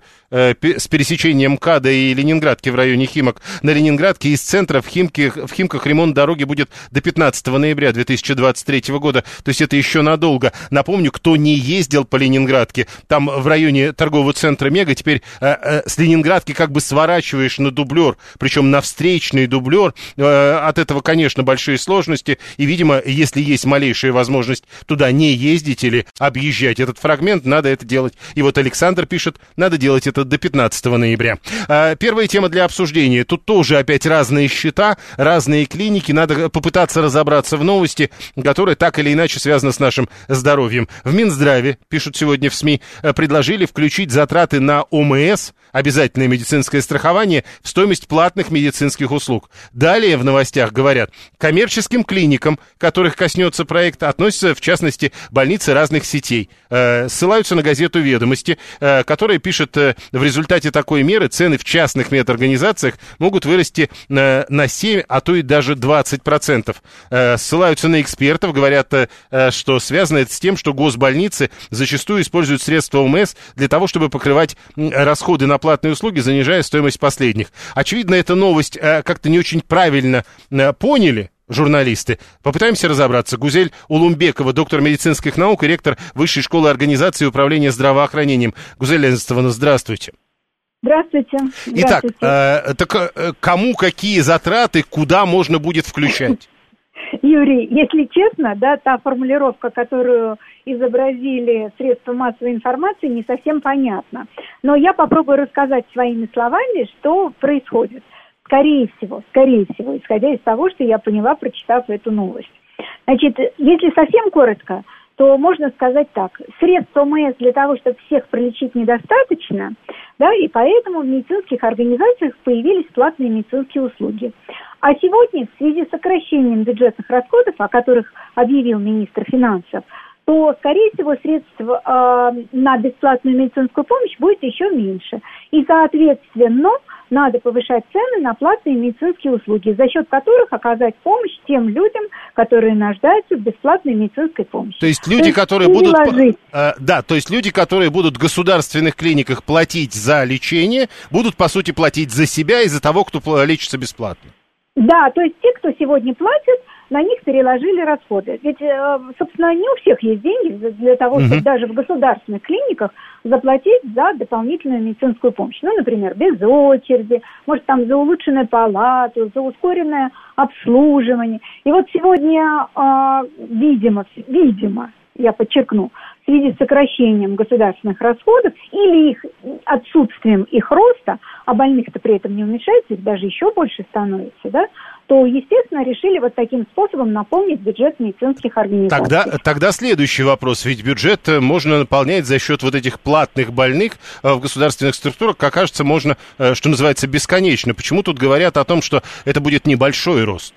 с пересечением МКАДа и Ленинградки в районе Химок. На Ленинградке из центра в, Химки, в Химках ремонт дороги будет до пятнадцатого ноября две тысячи двадцать третьего года. То есть это еще надолго. Напомню, кто не ездил по Ленинградке, там в районе торгового центра Мега теперь э, э, с Ленинградки как бы сворачиваешь на дублер, причем на встречный дублер. Э, от этого, конечно, большие сложности. И, видимо, если есть малейшая возможность туда не ездить или объезжать этот фрагмент, надо это делать. И вот Александр пишет, надо делать это до пятнадцатого ноября. А, первая тема для обсуждения. Тут тоже опять разные счета, разные клиники. Надо попытаться разобраться в новости, которая так или иначе связана с нашим здоровьем. В Минздраве, пишут сегодня в СМИ, предложили включить затраты на ОМС, обязательное медицинское страхование, в стоимость платных медицинских услуг. Далее в новостях говорят, коммерческим клиникам, которых коснется проект, относятся, в частности, больницы разных сетей. Ссылаются на газету «Ведомости», которая пишет в результате такой меры цены в частных медорганизациях могут вырасти на, на семь, а то и даже двадцать процентов. Э, ссылаются на экспертов, говорят, э, что связано это с тем, что госбольницы зачастую используют средства ОМС для того, чтобы покрывать расходы на платные услуги, занижая стоимость последних. Очевидно, эта новость э, как-то не очень правильно э, поняли журналисты. Попытаемся разобраться. Гузель Улумбекова, доктор медицинских наук и ректор Высшей школы организации и управления здравоохранением. Гузель Леонидовна, здравствуйте. Здравствуйте. Итак, Здравствуйте. Э, так э, кому какие затраты, куда можно будет включать? Юрий, если честно, да, та формулировка, которую изобразили средства массовой информации, не совсем понятна. Но я попробую рассказать своими словами, что происходит. Скорее всего, скорее всего, исходя из того, что я поняла, прочитав эту новость. Значит, если совсем коротко, то можно сказать так. Средств ОМС для того, чтобы всех пролечить, недостаточно, да, и поэтому в медицинских организациях появились платные медицинские услуги. А сегодня в связи с сокращением бюджетных расходов, о которых объявил министр финансов, то, скорее всего, средств э, на бесплатную медицинскую помощь будет еще меньше. И, соответственно, надо повышать цены на платные медицинские услуги, за счет которых оказать помощь тем людям, которые нуждаются в бесплатной медицинской помощи. То есть люди, то есть которые будут... Э, да, то есть люди, которые будут в государственных клиниках платить за лечение, будут, по сути, платить за себя и за того, кто лечится бесплатно. Да, то есть те, кто сегодня платит, на них переложили расходы. Ведь, собственно, не у всех есть деньги для того, чтобы uh-huh. даже в государственных клиниках заплатить за дополнительную медицинскую помощь. Ну, например, без очереди, может, там за улучшенную палату, за ускоренное обслуживание. И вот сегодня, видимо, видимо, я подчеркну, в связи с сокращением государственных расходов или их отсутствием их роста, а больных-то при этом не уменьшается, их даже еще больше становится, да, то, естественно, решили вот таким способом наполнить бюджет медицинских организаций. Тогда, тогда следующий вопрос. Ведь бюджет можно наполнять за счет вот этих платных больных в государственных структурах, как кажется, можно, что называется, бесконечно. Почему тут говорят о том, что это будет небольшой рост?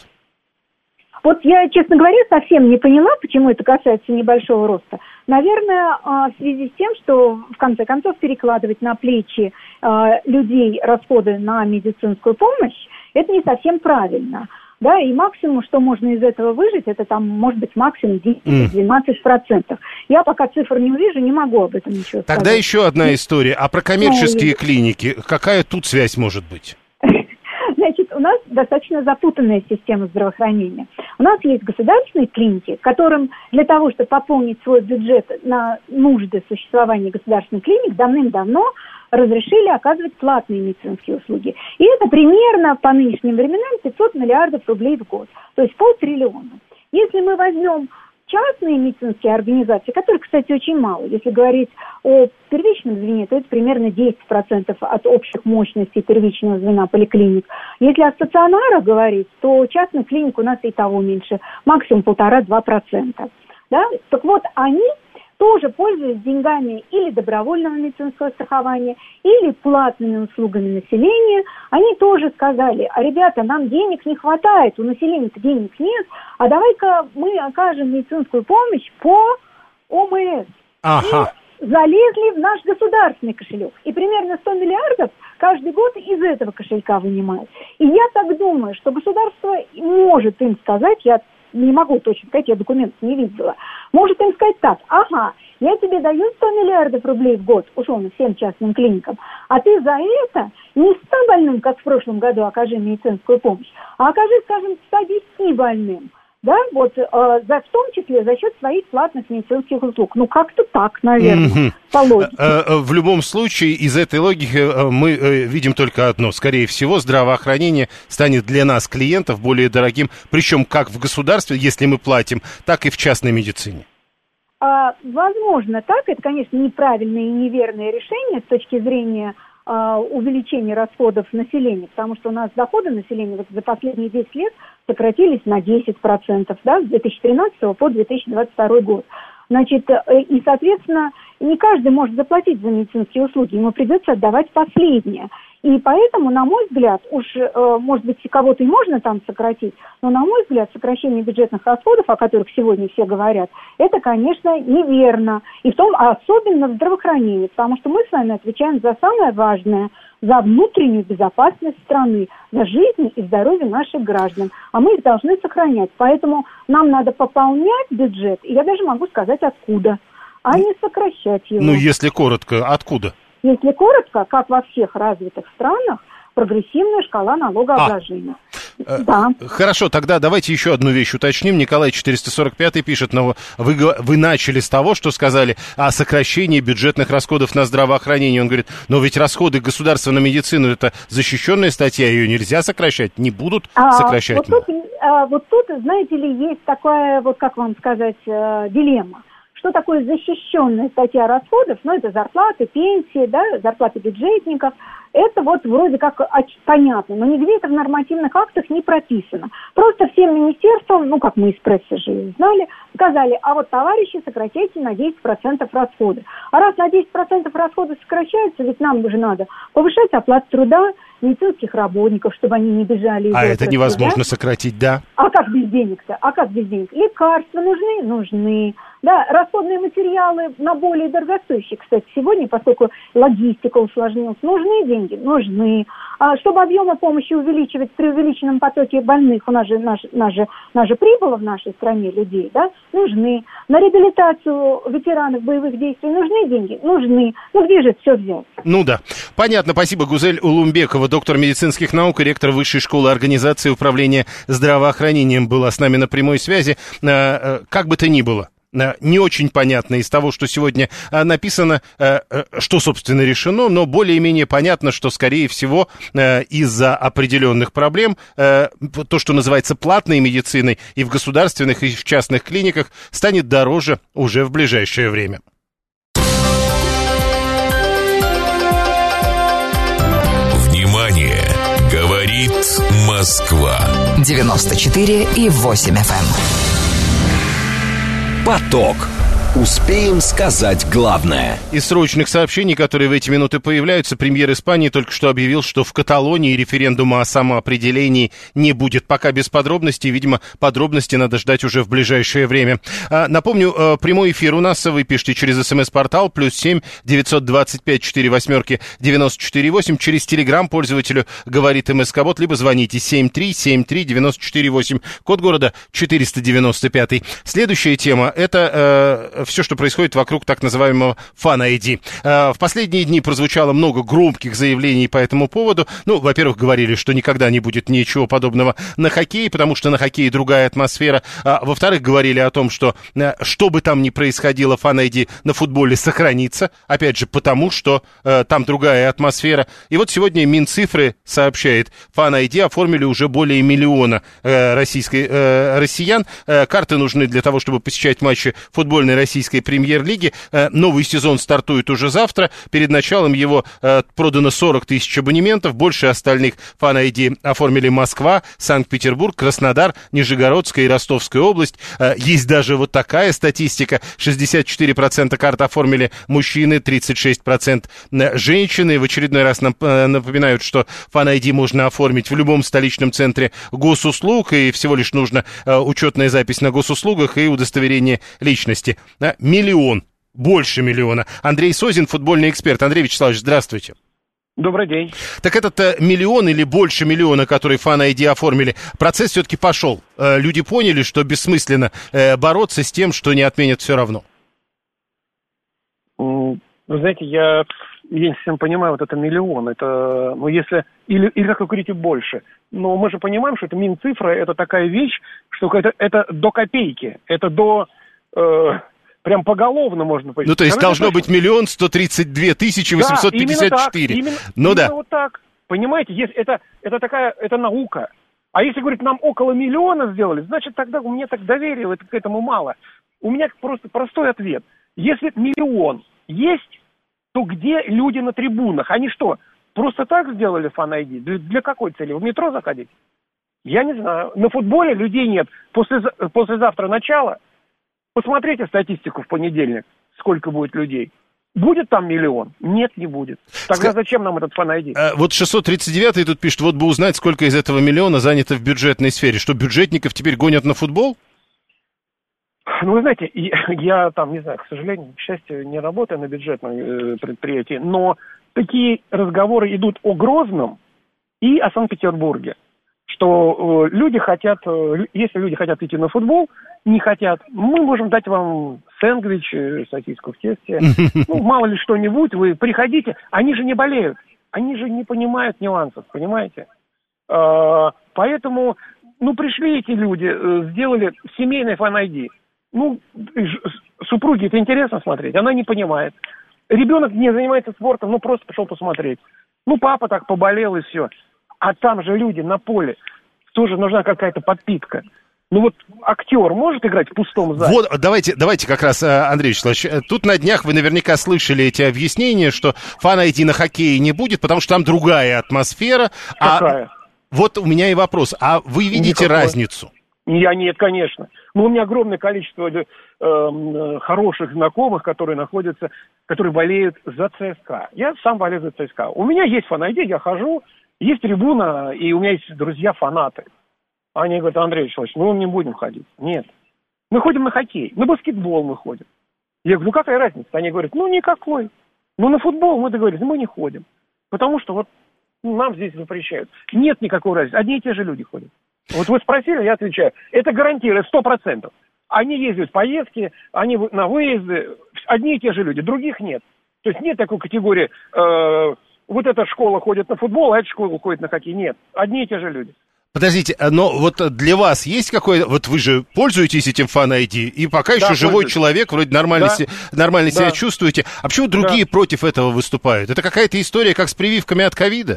Вот я, честно говоря, совсем не поняла, почему это касается небольшого роста. Наверное, в связи с тем, что, в конце концов, перекладывать на плечи людей расходы на медицинскую помощь, это не совсем правильно. Да, и максимум, что можно из этого выжить, это там, может быть, максимум десять-двенадцать процентов. Я пока цифр не увижу, не могу об этом ничего сказать. Тогда еще одна история. А про коммерческие ну, клиники, какая тут связь может быть? Значит, у нас достаточно запутанная система здравоохранения. У нас есть государственные клиники, которым для того, чтобы пополнить свой бюджет на нужды существования государственных клиник, давным-давно разрешили оказывать платные медицинские услуги. И это примерно по нынешним временам пятьсот миллиардов рублей в год, то есть полтриллиона. Если мы возьмем частные медицинские организации, которых, кстати, очень мало, если говорить о первичном звене, то это примерно десять процентов от общих мощностей первичного звена поликлиник. Если о стационарах говорить, то частных клиник у нас и того меньше, максимум полтора-два процента. Да? Так вот, они тоже пользуясь деньгами или добровольного медицинского страхования, или платными услугами населения, они тоже сказали: а, ребята, нам денег не хватает, у населения-то денег нет, а давай-ка мы окажем медицинскую помощь по ОМС. Ага. И залезли в наш государственный кошелек. И примерно сто миллиардов каждый год из этого кошелька вынимают. И я так думаю, что государство может им сказать, я не могу точно сказать, я документов не видела, может им сказать так: ага, я тебе даю сто миллиардов рублей в год, условно, всем частным клиникам, а ты за это не ста больным, как в прошлом году, окажи медицинскую помощь, а окажи, скажем, ста десяти больным. Да, вот, э, за, в том числе за счет своих платных медицинских услуг. Ну, как-то так, наверное, mm-hmm. по логике. В любом случае, из этой логики мы видим только одно. Скорее всего, здравоохранение станет для нас, клиентов, более дорогим, причем как в государстве, если мы платим, так и в частной медицине. А, возможно, так. Это, конечно, неправильное и неверное решение с точки зрения увеличение расходов населения, потому что у нас доходы населения вот за последние десять лет сократились на десять процентов, да, с две тысячи тринадцатого по две тысячи двадцать второй год. Значит, и, соответственно, не каждый может заплатить за медицинские услуги, ему придется отдавать последнее. И поэтому, на мой взгляд, уж, э, может быть, кого-то и можно там сократить, но, на мой взгляд, сокращение бюджетных расходов, о которых сегодня все говорят, это, конечно, неверно. И в том, особенно в здравоохранении, потому что мы с вами отвечаем за самое важное, за внутреннюю безопасность страны, за жизнь и здоровье наших граждан. А мы их должны сохранять. Поэтому нам надо пополнять бюджет, и я даже могу сказать, откуда, а не сокращать его. Ну, если коротко, откуда? Если коротко, как во всех развитых странах, прогрессивная шкала налогообложения. А. Да. Хорошо, тогда давайте еще одну вещь уточним. Николай четыреста сорок пятый пишет, но вы, вы начали с того, что сказали о сокращении бюджетных расходов на здравоохранение. Он говорит, но ведь расходы государства на медицину — это защищенная статья, ее нельзя сокращать, не будут а, сокращать. Вот тут, а, вот тут, знаете ли, есть такая, вот как вам сказать, дилемма. Что такое защищенная статья расходов? Ну, это зарплаты, пенсии, да, зарплаты бюджетников. Это вот вроде как понятно, но нигде это в нормативных актах не прописано. Просто всем министерствам, ну, как мы из прессы же знали, сказали, а вот, товарищи, сокращайте на десять процентов расходы. А раз на десять процентов расходы сокращаются, ведь нам же надо повышать оплату труда медицинских работников, чтобы они не бежали из А отрасли, это невозможно да? сократить, да? А как без денег-то? А как без денег? Лекарства нужны? Нужны. Да, расходные материалы на более дорогостоящие, кстати, сегодня, поскольку логистика усложнилась, нужны деньги? Нужны. А чтобы объемы помощи увеличивать при увеличенном потоке больных, у нас же, наш, наш же, наш же прибыло в нашей стране людей, да, нужны. На реабилитацию ветеранов боевых действий нужны деньги? Нужны. Ну где же это все взять? Ну да. Понятно. Спасибо. Гузель Улумбекова, доктор медицинских наук и ректор Высшей школы организации управления здравоохранением, была с нами на прямой связи. Как бы то ни было, не очень понятно из того, что сегодня написано, что, собственно, решено, но более-менее понятно, что, скорее всего, из-за определенных проблем то, что называется платной медициной и в государственных, и в частных клиниках, станет дороже уже в ближайшее время. Внимание! Говорит Москва. девяносто четыре и восемь эф эм. Поток. Успеем сказать главное. Из срочных сообщений, которые в эти минуты появляются, премьер Испании только что объявил, что в Каталонии референдума о самоопределении не будет. Пока без подробностей, видимо, подробности надо ждать уже в ближайшее время. А, напомню, прямой эфир у нас, вы пишите через смс-портал плюс семь девятьсот двадцать пять сорок восемь девяносто четыре восемь, через телеграм пользователю говорит МСК-бот, либо звоните семь три семь три девяносто четыре восемь, код города четыреста девяносто пять. Следующая тема — это э, все, что происходит вокруг так называемого Fan ай ди. В последние дни прозвучало много громких заявлений по этому поводу. Ну, во-первых, говорили, что никогда не будет ничего подобного на хоккее, потому что на хоккее другая атмосфера. А, во-вторых, говорили о том, что что бы там ни происходило, Fan ай ди на футболе сохранится. Опять же, потому что э, там другая атмосфера. И вот сегодня Минцифры сообщает, Fan ай ди оформили уже более миллиона э, российской, э, россиян. Э, карты нужны для того, чтобы посещать матчи футбольной Российской премьер-лиги. Новый сезон стартует уже завтра. Перед началом его продано сорок тысяч абонементов. Больше остальных Fan ай ди оформили Москва, Санкт-Петербург, Краснодар, Нижегородская и Ростовская область. Есть даже вот такая статистика. шестьдесят четыре процента карт оформили мужчины, тридцать шесть процентов женщины. В очередной раз нам напоминают, что Fan ай ди можно оформить в любом столичном центре госуслуг, и всего лишь нужно учетная запись на госуслугах и удостоверение личности. Миллион, больше миллиона. Андрей Созин, футбольный эксперт. Андрей Вячеславович, здравствуйте. Добрый день. Так этот миллион или больше миллиона, который Fan ай ди оформили, процесс все-таки пошел. Люди поняли, что бессмысленно бороться с тем, что не отменят все равно. Вы знаете, я, я не совсем понимаю, вот это миллион, это, ну, если, или, или как вы говорите, больше. Но мы же понимаем, что это Минцифра, это такая вещь, что это, это до копейки, это до... Э, прям поголовно можно powiedziать. Ну, то есть должно быть миллион сто тридцать две тысячи восемьсот пятьдесят четыре. Да, именно так, ну именно да. вот так. Понимаете, если это, это такая, это наука. А если, говорит, нам около миллиона сделали, значит, тогда у меня так доверия к этому мало. У меня просто простой ответ. Если миллион есть, то где люди на трибунах? Они что, просто так сделали Fan ай ди? Для, для какой цели? В метро заходить? Я не знаю. На футболе людей нет. После, послезавтра начало. Посмотрите статистику в понедельник, сколько будет людей. Будет там миллион? Нет, не будет. Тогда Ска... зачем нам этот фан-ай ди? А, вот шестьсот тридцать девятый тут пишет, вот бы узнать, сколько из этого миллиона занято в бюджетной сфере. Что, бюджетников теперь гонят на футбол? Ну, вы знаете, я, я там, не знаю, к сожалению, к счастью, не работаю на бюджетном э, предприятии, но такие разговоры идут о Грозном и о Санкт-Петербурге. Что э, люди хотят, э, если люди хотят идти на футбол, не хотят, мы можем дать вам сэндвич, э, сосиску в тесте, ну, мало ли что-нибудь, вы приходите, они же не болеют, они же не понимают нюансов, понимаете? Э, поэтому, ну, пришли эти люди, э, сделали семейный фан-ай ди, ну, супруге это интересно смотреть, она не понимает. Ребенок не занимается спортом, ну, просто пришел посмотреть. Ну, папа так поболел и все. А там же люди на поле, тоже нужна какая-то подпитка. Ну вот актер может играть в пустом зале? Вот, давайте, давайте как раз, Андрей Вячеславович, тут на днях вы наверняка слышали эти объяснения, что фан-ай ди на хоккее не будет, потому что там другая атмосфера. Какая? А вот у меня и вопрос, а вы видите Никакой. разницу? Я нет, конечно. Но у меня огромное количество э, э, хороших знакомых, которые находятся, которые болеют за ЦСКА. Я сам болею за ЦСКА. У меня есть фан-ай ди, я хожу, есть трибуна, и у меня есть друзья-фанаты. Они говорят, Андрей Вячеславович, ну мы не будем ходить. Нет. Мы ходим на хоккей, на баскетбол мы ходим. Я говорю, ну какая разница? Они говорят, ну никакой. Ну на футбол мы договорились, мы не ходим. Потому что вот нам здесь запрещают. Нет никакой разницы, одни и те же люди ходят. Вот вы спросили, я отвечаю. Это гарантирую, сто процентов. Они ездят в поездки, они на выезды, одни и те же люди, других нет. То есть нет такой категории, э, вот эта школа ходит на футбол, а эта школа ходит на хоккей. Нет, одни и те же люди. Подождите, но вот для вас есть какой-то... Вот вы же пользуетесь этим фан-ай ди, и пока еще да, живой пользуюсь. Человек, вроде нормально, да. се, нормально да. себя чувствуете. А почему другие да. против этого выступают? Это какая-то история, как с прививками от ковида?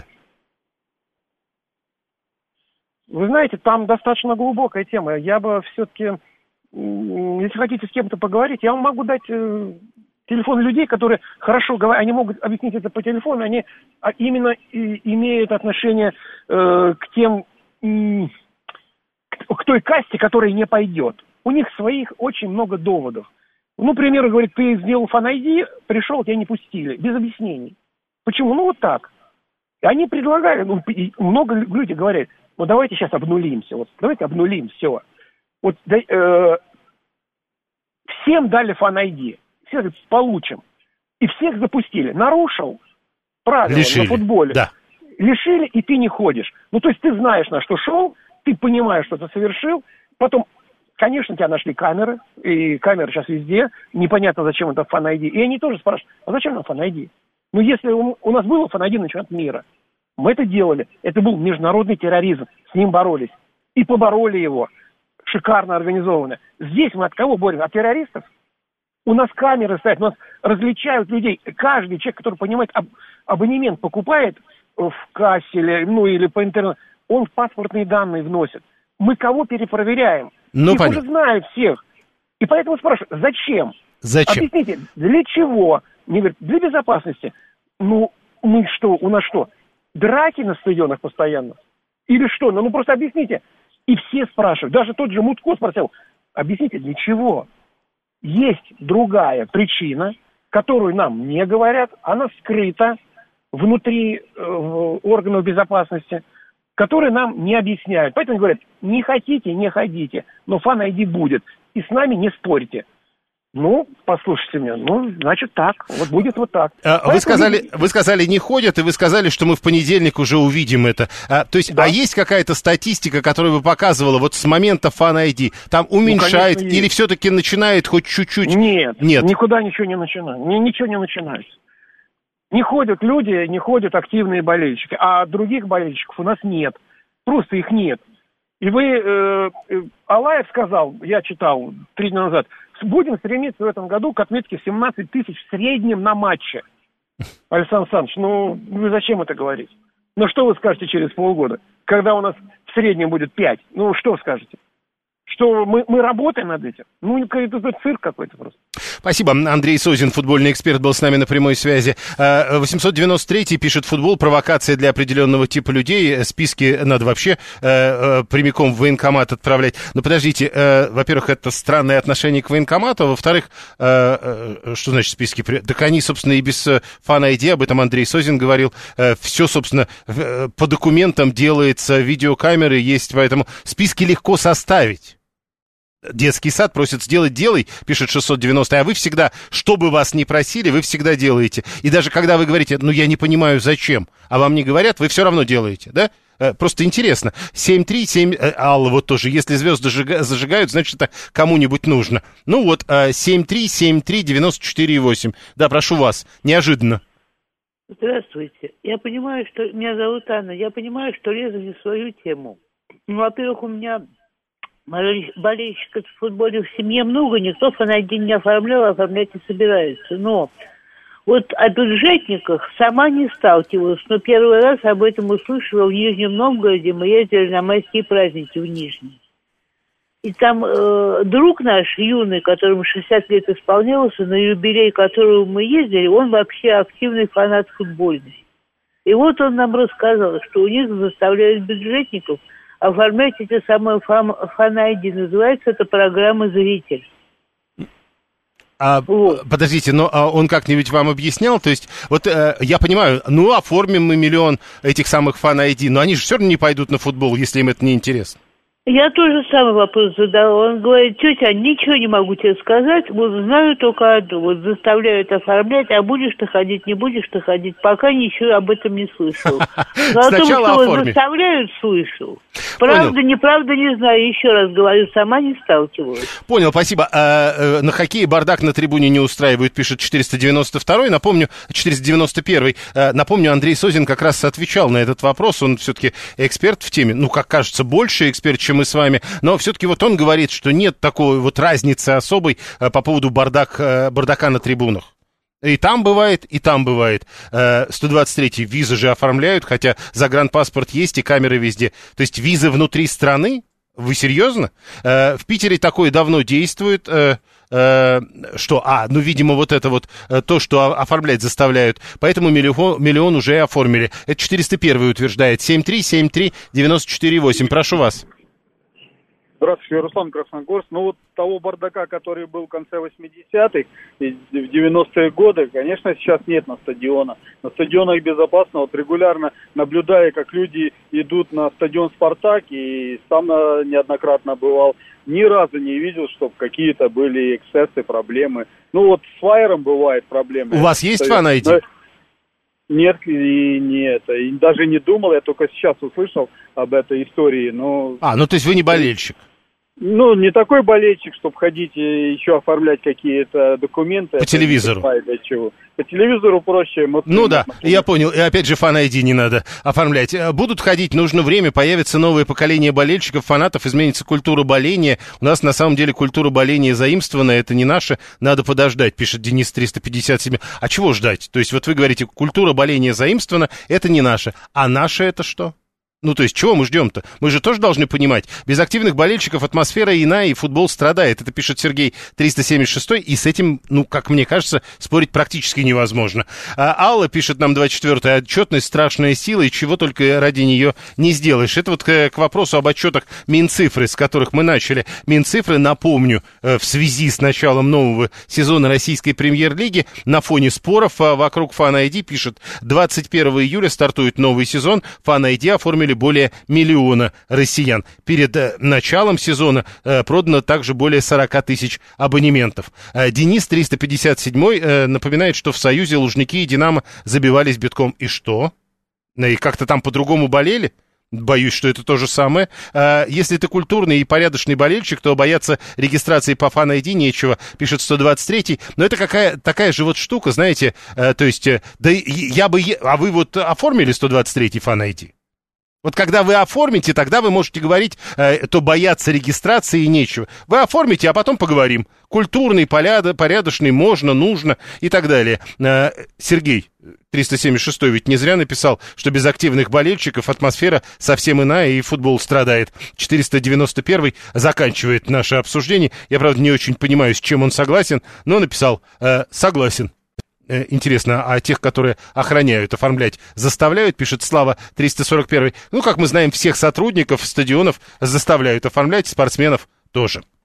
Вы знаете, там достаточно глубокая тема. Я бы все-таки, если хотите с кем-то поговорить, я вам могу дать э, телефон людей, которые хорошо говорят, они могут объяснить это по телефону, они именно и, имеют отношение э, к тем, э, к той касте, которая не пойдет. У них своих очень много доводов. Ну, к примеру, говорит, ты сделал фан-ай ди, пришел, тебя не пустили, без объяснений. Почему? Ну, вот так. И они предлагают, ну, много людей говорят, ну, давайте сейчас обнулимся. Вот, давайте обнулим все. Вот да, э, всем дали фан-ай ди. Все говорят, получим. И всех запустили. Нарушил правила Лишили. На футболе. Да. Лишили, и ты не ходишь. Ну, то есть ты знаешь, на что шел, ты понимаешь, что ты совершил. Потом, конечно, тебя нашли камеры. И камеры сейчас везде. Непонятно, зачем это фан-ай ди. И они тоже спрашивают, а зачем нам фан-ай ди? Ну, если у, у нас было фан-ай ди на чемпионат мира, мы это делали. Это был международный терроризм. С ним боролись. И побороли его. Шикарно организованно. Здесь мы от кого боремся? От террористов? У нас камеры стоят, у нас различают людей. Каждый человек, который понимает, аб- абонемент покупает в кассе или, ну, или по интернету, он паспортные данные вносит. Мы кого перепроверяем? Ну, Их понятно. уже знают всех. И поэтому спрашивают, зачем? Зачем? Объясните, для чего? Мне говорят, для безопасности. Ну, мы что, у нас что? Драки на стадионах постоянно? Или что? Ну, ну просто объясните. И все спрашивают. Даже тот же Мутко спросил, объясните, для чего? Есть другая причина, которую нам не говорят. Она скрыта внутри э, органов безопасности, которые нам не объясняют. Поэтому говорят, не хотите, не ходите, но фан-ай ди будет. И с нами не спорьте. Ну, послушайте меня, ну, значит так, вот будет вот так. А, вы, сказали, вы сказали, не ходят, и вы сказали, что мы в понедельник уже увидим это. А, то есть, да. А есть какая-то статистика, которая бы показывала вот с момента фан-ай ди, там уменьшает, ну, или все-таки начинает хоть чуть-чуть? Нет, Нет, никуда ничего не начинает, ничего не начинается. Не ходят люди, не ходят активные болельщики, а других болельщиков у нас нет, просто их нет. И вы, э, Алаев сказал, я читал три дня назад, будем стремиться в этом году к отметке семнадцать тысяч в среднем на матче. Александр Александрович, ну вы зачем это говорить? Ну что вы скажете через полгода, когда у нас в среднем будет пять? Ну что скажете? Что мы, мы работаем над этим? Ну это, это цирк какой-то просто. Спасибо. Андрей Созин, футбольный эксперт, был с нами на прямой связи. восемьсот девяносто третий пишет: футбол, провокация для определенного типа людей. Списки надо вообще э, прямиком в военкомат отправлять. Но подождите, э, во-первых, это странное отношение к военкомату, а во-вторых, э, э, что значит списки? Так они, собственно, и без Fan-ай ди, об этом Андрей Созин говорил, э, все, собственно, э, по документам делается, видеокамеры есть, поэтому списки легко составить. Детский сад просит сделать, делай, пишет шестьсот девяносто, а вы всегда, что бы вас ни просили, вы всегда делаете. И даже когда вы говорите, ну я не понимаю зачем, а вам не говорят, вы все равно делаете, да? Просто интересно. семь три семь, Алла вот тоже, если звезды зажигают, значит это кому-нибудь нужно. Ну вот, семь три семь три девяносто четыре восемь. Да, прошу вас, неожиданно. Здравствуйте. Я понимаю, что... Меня зовут Анна. Я понимаю, что лезу не в свою тему. Ну, во-первых, у меня... болельщиков в футболе в семье много, никто Fan-ай ди не оформлял, оформлять не собирается. Но вот о бюджетниках сама не сталкивалась, но первый раз об этом услышала в Нижнем Новгороде. Мы ездили на майские праздники в Нижний. И там э, друг наш, юный, которому шестьдесят лет исполнялся, на юбилей которого мы ездили, он вообще активный фанат футбольный. И вот он нам рассказал, что у них заставляют бюджетников оформлять эти самые Fan-ай ди. Называется это программа «Зритель». А, вот. Подождите, но а он как-нибудь вам объяснял? То есть, вот э, я понимаю, ну, оформим мы миллион этих самых Fan-ай ди, но они же все равно не пойдут на футбол, если им это не интересно. Я тоже самый вопрос задала. Он говорит: тетя, ничего не могу тебе сказать, вот знаю только одно, вот заставляют оформлять, а будешь ты ходить, не будешь ты ходить, пока ничего об этом не слышал. Но о том, что вот заставляют, слышал. Правда, неправда, не знаю, еще раз говорю, сама не сталкивалась. Понял, спасибо. А, э, на хоккее бардак на трибуне не устраивают, пишет четыреста девяносто второй, напомню, четыреста девяносто первый. А, напомню, Андрей Созин как раз отвечал на этот вопрос, он все-таки эксперт в теме, ну, как кажется, больше эксперт, чем мы с вами, но все-таки вот он говорит, что нет такой вот разницы особой а, по поводу бардак, а, бардака на трибунах. И там бывает, и там бывает. сто двадцать третий визы же оформляют, хотя загранпаспорт есть и камеры везде. То есть визы внутри страны? Вы серьезно? В Питере такое давно действует. Что? А, ну, видимо, вот это вот то, что оформлять заставляют. Поэтому миллион, миллион уже оформили. Это четыреста первый утверждает. семь три семь три девяносто четыре восемь. Прошу вас. Здравствуйте, Руслан, Красногорск. Ну вот того бардака, который был в конце восьмидесятых и в девяностые годы, конечно, сейчас нет на стадионах. На стадионах безопасно. Вот регулярно наблюдая, как люди идут на стадион «Спартак», и сам неоднократно бывал, ни разу не видел, чтобы какие-то были эксцессы, проблемы. Ну вот с фаером бывает проблемы. У вас есть Fan-ай ди? Нет, и не это. И даже не думал, я только сейчас услышал об этой истории, но... А, ну то есть вы не болельщик? Ну, не такой болельщик, чтобы ходить и еще оформлять какие-то документы. По телевизору? Для чего? По телевизору проще. Ну да, я понял. И опять же, Fan-ай ди не надо оформлять. Будут ходить, нужно время, появится новое поколение болельщиков, фанатов, изменится культура боления. У нас на самом деле культура боления заимствована, это не наша, надо подождать, пишет Денис триста пятьдесят семь. А чего ждать? То есть вот вы говорите, культура боления заимствована, это не наша. А наша это что? Ну, то есть, чего мы ждем-то? Мы же тоже должны понимать, без активных болельщиков атмосфера иная, и футбол страдает. Это пишет Сергей триста семьдесят шесть, и с этим, ну, как мне кажется, спорить практически невозможно. А Алла пишет нам двадцать четвёртый, отчетность страшная сила, и чего только ради нее не сделаешь. Это вот к, к вопросу об отчетах Минцифры, с которых мы начали. Минцифры, напомню, в связи с началом нового сезона российской премьер-лиги, на фоне споров вокруг Fan-ай ди, пишет, двадцать первого июля стартует новый сезон, Fan-ай ди оформили более миллиона россиян. Перед э, началом сезона э, продано также более сорок тысяч абонементов. Э, Денис триста пятьдесят семь э, напоминает, что в Союзе Лужники и Динамо забивались битком. И что? И как-то там по-другому болели? Боюсь, что это то же самое. Э, если ты культурный и порядочный болельщик, то бояться регистрации по Fan-ай ди нечего, пишет сто двадцать третий. Но это какая, такая же вот штука, знаете, э, то есть, э, да я бы... А вы вот оформили сто двадцать третий Fan-ай ди? Вот когда вы оформите, тогда вы можете говорить, э, то бояться регистрации нечего. Вы оформите, а потом поговорим. Культурный, порядочный, можно, нужно и так далее. Э, Сергей, триста семьдесят шестой, ведь не зря написал, что без активных болельщиков атмосфера совсем иная, и футбол страдает. четыреста девяносто первый заканчивает наше обсуждение. Я, правда, не очень понимаю, с чем он согласен, но написал э, «согласен». Интересно, а тех, которые охраняют, оформлять, заставляют, пишет Слава триста сорок первый. Ну, как мы знаем, всех сотрудников стадионов заставляют оформлять, спортсменов тоже.